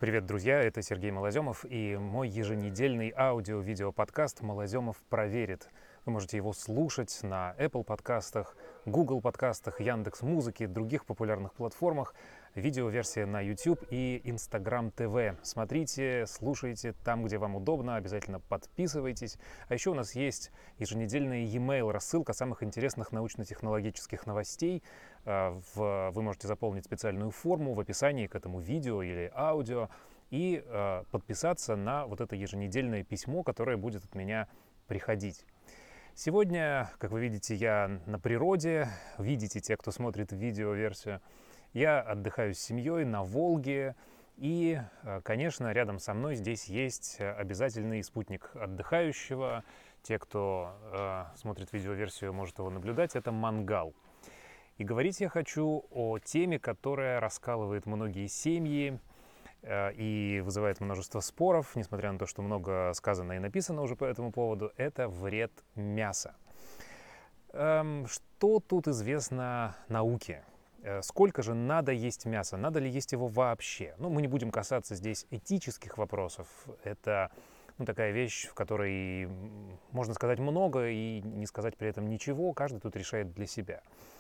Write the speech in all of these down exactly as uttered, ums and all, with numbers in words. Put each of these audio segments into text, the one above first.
Привет, друзья! Это Сергей Малоземов и мой еженедельный аудио-видео-подкаст «Малоземов проверит». Вы можете его слушать на Apple подкастах, Google подкастах, Яндекс.Музыке, других популярных платформах, видеоверсия на YouTube и Instagram ти ви. Смотрите, слушайте там, где вам удобно, обязательно подписывайтесь. А еще у нас есть еженедельная e-mail рассылка самых интересных научно-технологических новостей. Вы можете заполнить специальную форму в описании к этому видео или аудио и подписаться на вот это еженедельное письмо, которое будет от меня приходить. Сегодня, как вы видите, я на природе. Видите те, кто смотрит видеоверсию. Я отдыхаю с семьей на Волге. И, конечно, рядом со мной здесь есть обязательный спутник отдыхающего. Те, кто э, смотрит видеоверсию, может его наблюдать. Это мангал. И говорить я хочу о теме, которая раскалывает многие семьи э, и вызывает множество споров, несмотря на то, что много сказано и написано уже по этому поводу. Это вред мяса. Эм, что тут известно науке? Э, сколько же надо есть мяса? Надо ли есть его вообще? Ну, мы не будем касаться здесь этических вопросов. Это ну, такая вещь, в которой можно сказать много и не сказать при этом ничего. Каждый тут решает для себя.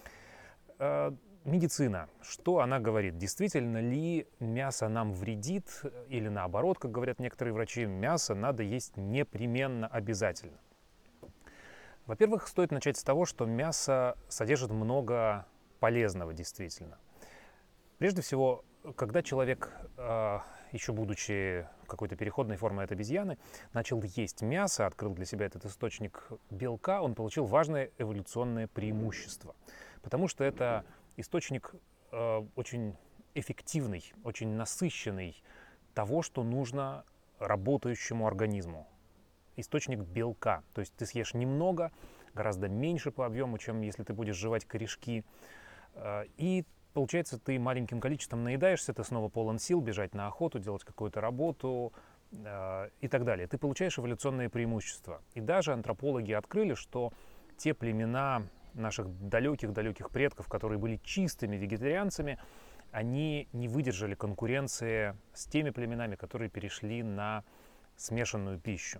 Медицина. Что она говорит? Действительно ли мясо нам вредит? Или наоборот, как говорят некоторые врачи, мясо надо есть непременно, обязательно? Во-первых, стоит начать с того, что мясо содержит много полезного действительно. Прежде всего, когда человек, еще будучи какой-то переходной формой от обезьяны, начал есть мясо, открыл для себя этот источник белка, он получил важное эволюционное преимущество. Потому что это источник э, очень эффективный, очень насыщенный того, что нужно работающему организму. Источник белка. То есть ты съешь немного, гораздо меньше по объему, чем если ты будешь жевать корешки. Э, и получается, ты маленьким количеством наедаешься, ты снова полон сил бежать на охоту, делать какую-то работу э, и так далее. Ты получаешь эволюционные преимущества. И даже антропологи открыли, что те племена наших далеких-далеких предков, которые были чистыми вегетарианцами, они не выдержали конкуренции с теми племенами, которые перешли на смешанную пищу.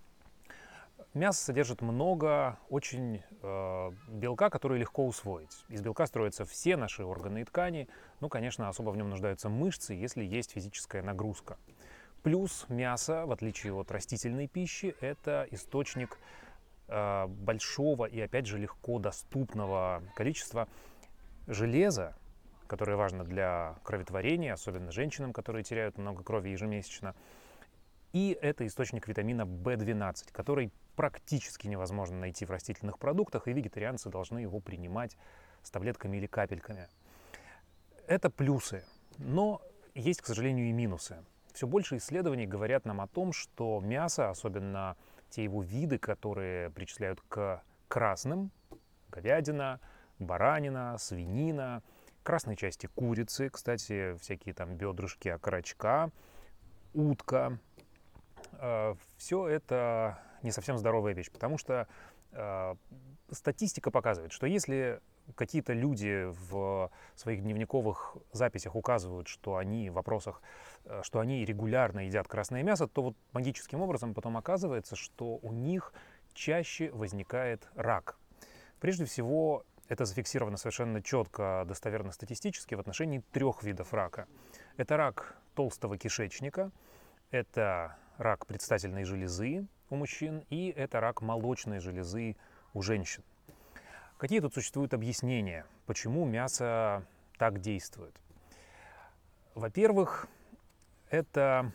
Мясо содержит много очень э, белка, который легко усвоить. Из белка строятся все наши органы и ткани. Ну, конечно, особо в нем нуждаются мышцы, если есть физическая нагрузка. Плюс мясо, в отличие от растительной пищи, это источник большого и, опять же, легко доступного количества железа, которое важно для кроветворения, особенно женщинам, которые теряют много крови ежемесячно. И это источник витамина бэ двенадцать, который практически невозможно найти в растительных продуктах, и вегетарианцы должны его принимать с таблетками или капельками. Это плюсы, но есть, к сожалению, и минусы. Все больше исследований говорят нам о том, что мясо, особенно те его виды, которые причисляют к красным, говядина, баранина, свинина, красной части курицы, кстати, всякие там бедрышки окорочка, утка, э, все это не совсем здоровая вещь, потому что э, статистика показывает, что если какие-то люди в своих дневниковых записях указывают, что они в вопросах, что они регулярно едят красное мясо, то вот магическим образом потом оказывается, что у них чаще возникает рак. Прежде всего, это зафиксировано совершенно четко, достоверно статистически в отношении трех видов рака. Это рак толстого кишечника, это рак предстательной железы у мужчин и это рак молочной железы у женщин. Какие тут существуют объяснения, почему мясо так действует? Во-первых, это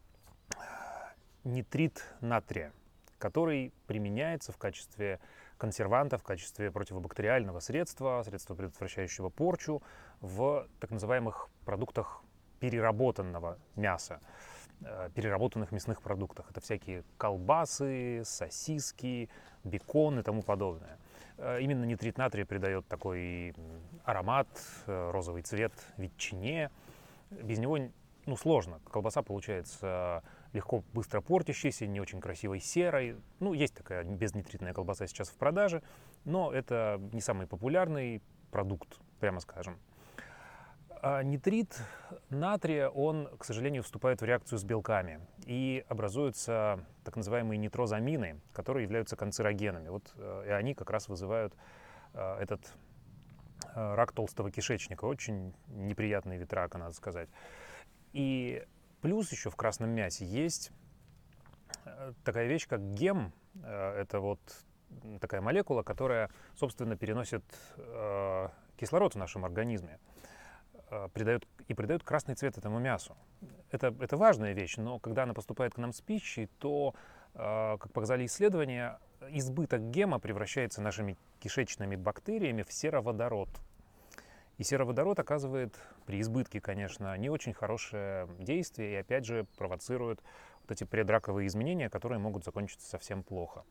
нитрит натрия, который применяется в качестве консерванта, в качестве противобактериального средства, средства, предотвращающего порчу в так называемых продуктах переработанного мяса, переработанных мясных продуктах. Это всякие колбасы, сосиски, бекон и тому подобное. Именно нитрит натрия придает такой аромат, розовый цвет ветчине. Без него ну, сложно. Колбаса получается легко, быстро портящейся, не очень красивой серой. Ну, есть такая безнитритная колбаса сейчас в продаже, но это не самый популярный продукт, прямо скажем. А нитрит натрия, он, к сожалению, вступает в реакцию с белками, и образуются так называемые нитрозамины, которые являются канцерогенами. Вот, и они как раз вызывают этот рак толстого кишечника. Очень неприятный вид рака, надо сказать. И плюс еще в красном мясе есть такая вещь, как гем. Это вот такая молекула, которая, собственно, переносит кислород в нашем организме. Придает, и придает красный цвет этому мясу. Это, это важная вещь, но когда она поступает к нам с пищей, то, как показали исследования, избыток гема превращается нашими кишечными бактериями в сероводород. И сероводород оказывает, при избытке, конечно, не очень хорошее действие и, опять же, провоцирует вот эти предраковые изменения, которые могут закончиться совсем плохо.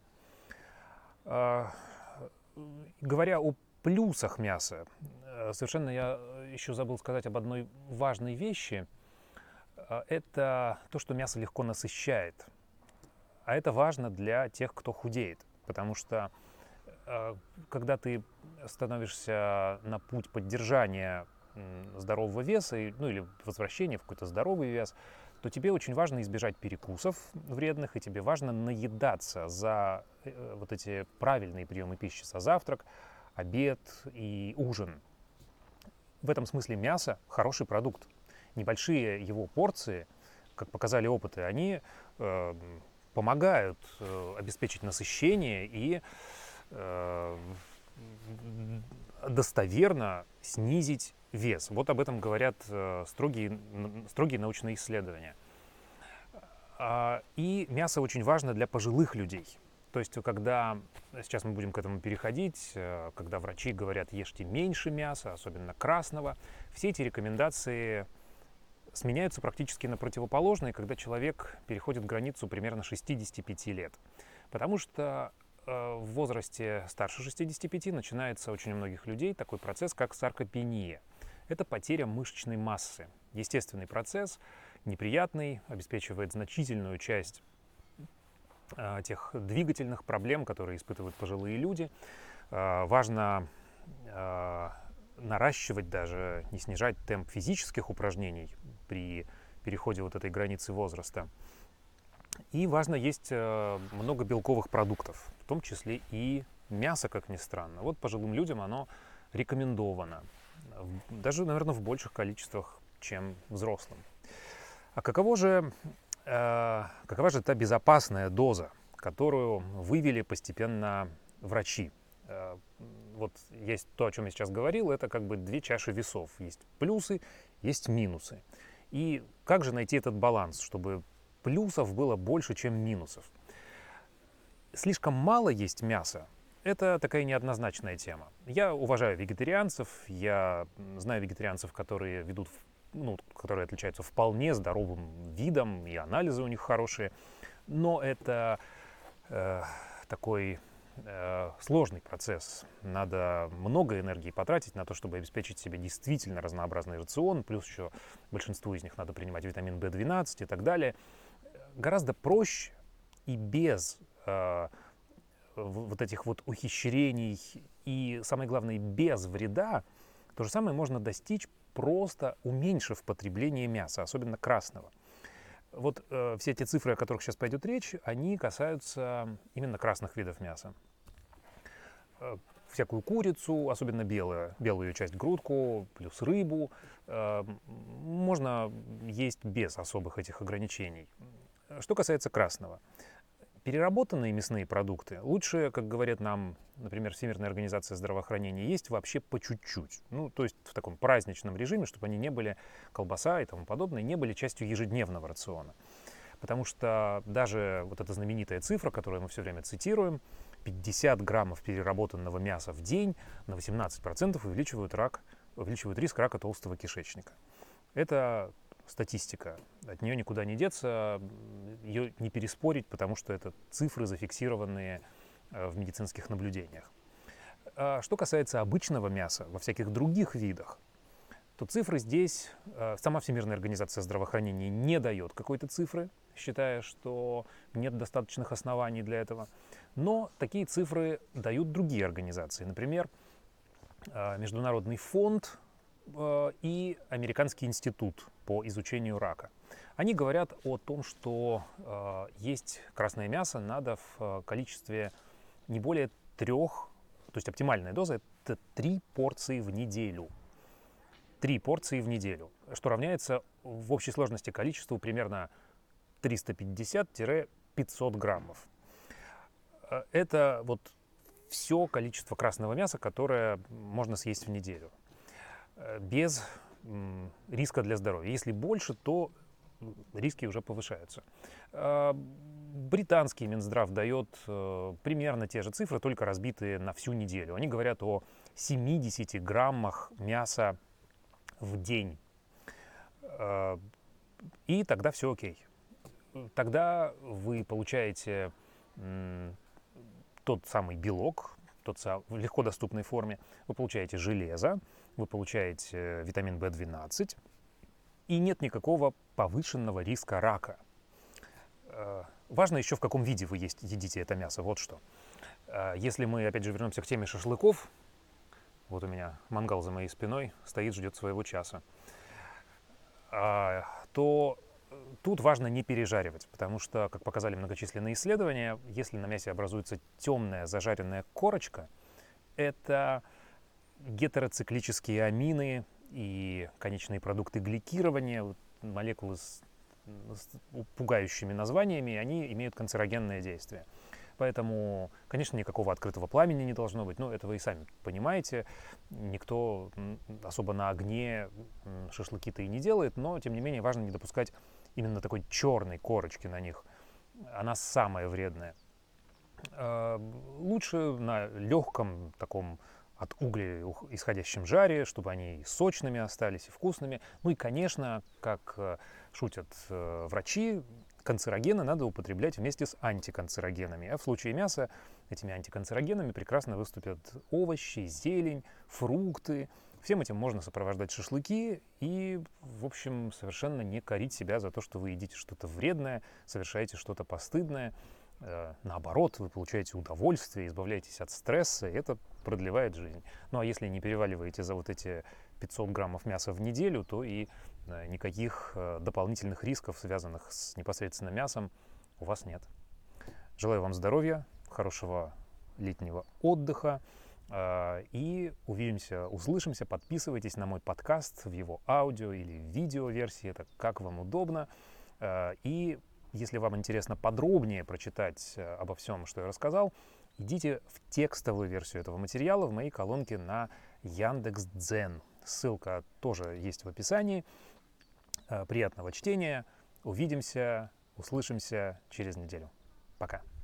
Говоря о плюсах мяса, совершенно я еще забыл сказать об одной важной вещи. Это то, что мясо легко насыщает. А это важно для тех, кто худеет. Потому что когда ты становишься на путь поддержания здорового веса, ну или возвращения в какой-то здоровый вес, то тебе очень важно избежать перекусов вредных, и тебе важно наедаться за вот эти правильные приемы пищи, за завтрак, обед и ужин. В этом смысле мясо – хороший продукт. Небольшие его порции, как показали опыты, они э, помогают э, обеспечить насыщение и э, достоверно снизить вес. Вот об этом говорят э, строгие, строгие научные исследования. А, и мясо очень важно для пожилых людей. То есть, когда, сейчас мы будем к этому переходить, когда врачи говорят, ешьте меньше мяса, особенно красного, все эти рекомендации сменяются практически на противоположные, когда человек переходит границу примерно шестидесяти пяти лет. Потому что э, в возрасте старше шестидесяти пяти начинается очень у многих людей такой процесс, как саркопения. Это потеря мышечной массы. Естественный процесс, неприятный, обеспечивает значительную часть тех двигательных проблем, которые испытывают пожилые люди. Важно наращивать даже, не снижать темп физических упражнений при переходе вот этой границы возраста. И важно есть много белковых продуктов, в том числе и мясо, как ни странно. Вот пожилым людям оно рекомендовано, даже, наверное, в больших количествах, чем взрослым. А каково же Какова же та безопасная доза, которую вывели постепенно врачи? Вот есть то, о чем я сейчас говорил, это как бы две чаши весов. Есть плюсы, есть минусы. И как же найти этот баланс, чтобы плюсов было больше, чем минусов? Слишком мало есть мяса – это такая неоднозначная тема. Я уважаю вегетарианцев, я знаю вегетарианцев, которые ведут ну, которые отличаются вполне здоровым видом, и анализы у них хорошие. Но это э, такой э, сложный процесс. Надо много энергии потратить на то, чтобы обеспечить себе действительно разнообразный рацион. Плюс еще большинству из них надо принимать витамин бэ двенадцать и так далее. Гораздо проще и без э, вот этих вот ухищрений, и, самое главное, без вреда, то же самое можно достичь, просто уменьшив потребление мяса, особенно красного. Вот э, все эти цифры, о которых сейчас пойдет речь, они касаются именно красных видов мяса. Э, всякую курицу, особенно белую, белую часть, грудку, плюс рыбу, э, можно есть без особых этих ограничений. Что касается красного. Переработанные мясные продукты лучше, как говорят нам, например, Всемирная организация здравоохранения, есть вообще по чуть-чуть. Ну, то есть в таком праздничном режиме, чтобы они не были, колбаса и тому подобное, не были частью ежедневного рациона. Потому что даже вот эта знаменитая цифра, которую мы все время цитируем, пятьдесят граммов переработанного мяса в день на восемнадцать процентов увеличивают, рак, увеличивают риск рака толстого кишечника. Это статистика. От нее никуда не деться, ее не переспорить, потому что это цифры, зафиксированные в медицинских наблюдениях. А что касается обычного мяса во всяких других видах, то цифры здесь, сама Всемирная организация здравоохранения не дает какой-то цифры, считая, что нет достаточных оснований для этого. Но такие цифры дают другие организации. Например, Международный фонд и Американский институт по изучению рака. Они говорят о том, что э, есть красное мясо надо в количестве не более трех, то есть оптимальная доза — это три порции в неделю. Три порции в неделю, что равняется в общей сложности количеству примерно триста пятьдесят — пятьсот граммов. Это вот все количество красного мяса, которое можно съесть в неделю, без риска для здоровья. Если больше, то риски уже повышаются. Британский Минздрав дает примерно те же цифры, только разбитые на всю неделю. Они говорят о семидесяти граммах мяса в день. И тогда все окей. Тогда вы получаете тот самый белок, тот самый, в легко доступной форме, вы получаете железо, вы получаете витамин бэ двенадцать, и нет никакого повышенного риска рака. Важно еще, в каком виде вы есть, едите это мясо, вот что. Если мы, опять же, вернемся к теме шашлыков, вот у меня мангал за моей спиной, стоит, ждет своего часа, то тут важно не пережаривать, потому что, как показали многочисленные исследования, если на мясе образуется темная зажаренная корочка, это гетероциклические амины и конечные продукты гликирования, молекулы с, с пугающими названиями, они имеют канцерогенное действие. Поэтому, конечно, никакого открытого пламени не должно быть. Ну, это вы и сами понимаете. Никто особо на огне шашлыки-то и не делает, но, тем не менее, важно не допускать именно такой черной корочки на них. Она самая вредная. Лучше на легком таком от угля исходящем жаре, чтобы они и сочными остались, и вкусными. Ну и, конечно, как шутят врачи, канцерогены надо употреблять вместе с антиканцерогенами. А в случае мяса этими антиканцерогенами прекрасно выступят овощи, зелень, фрукты. Всем этим можно сопровождать шашлыки и, в общем, совершенно не корить себя за то, что вы едите что-то вредное, совершаете что-то постыдное. Наоборот, вы получаете удовольствие, избавляетесь от стресса, и это продлевает жизнь. Ну а если не переваливаете за вот эти пятьсот граммов мяса в неделю, то и никаких дополнительных рисков, связанных с непосредственно мясом, у вас нет. Желаю вам здоровья, хорошего летнего отдыха, и увидимся, услышимся. Подписывайтесь на мой подкаст в его аудио или видео-версии, это как вам удобно. И если вам интересно подробнее прочитать обо всем, что я рассказал, идите в текстовую версию этого материала в моей колонке на Яндекс.Дзен. Ссылка тоже есть в описании. Приятного чтения. Увидимся, услышимся через неделю. Пока.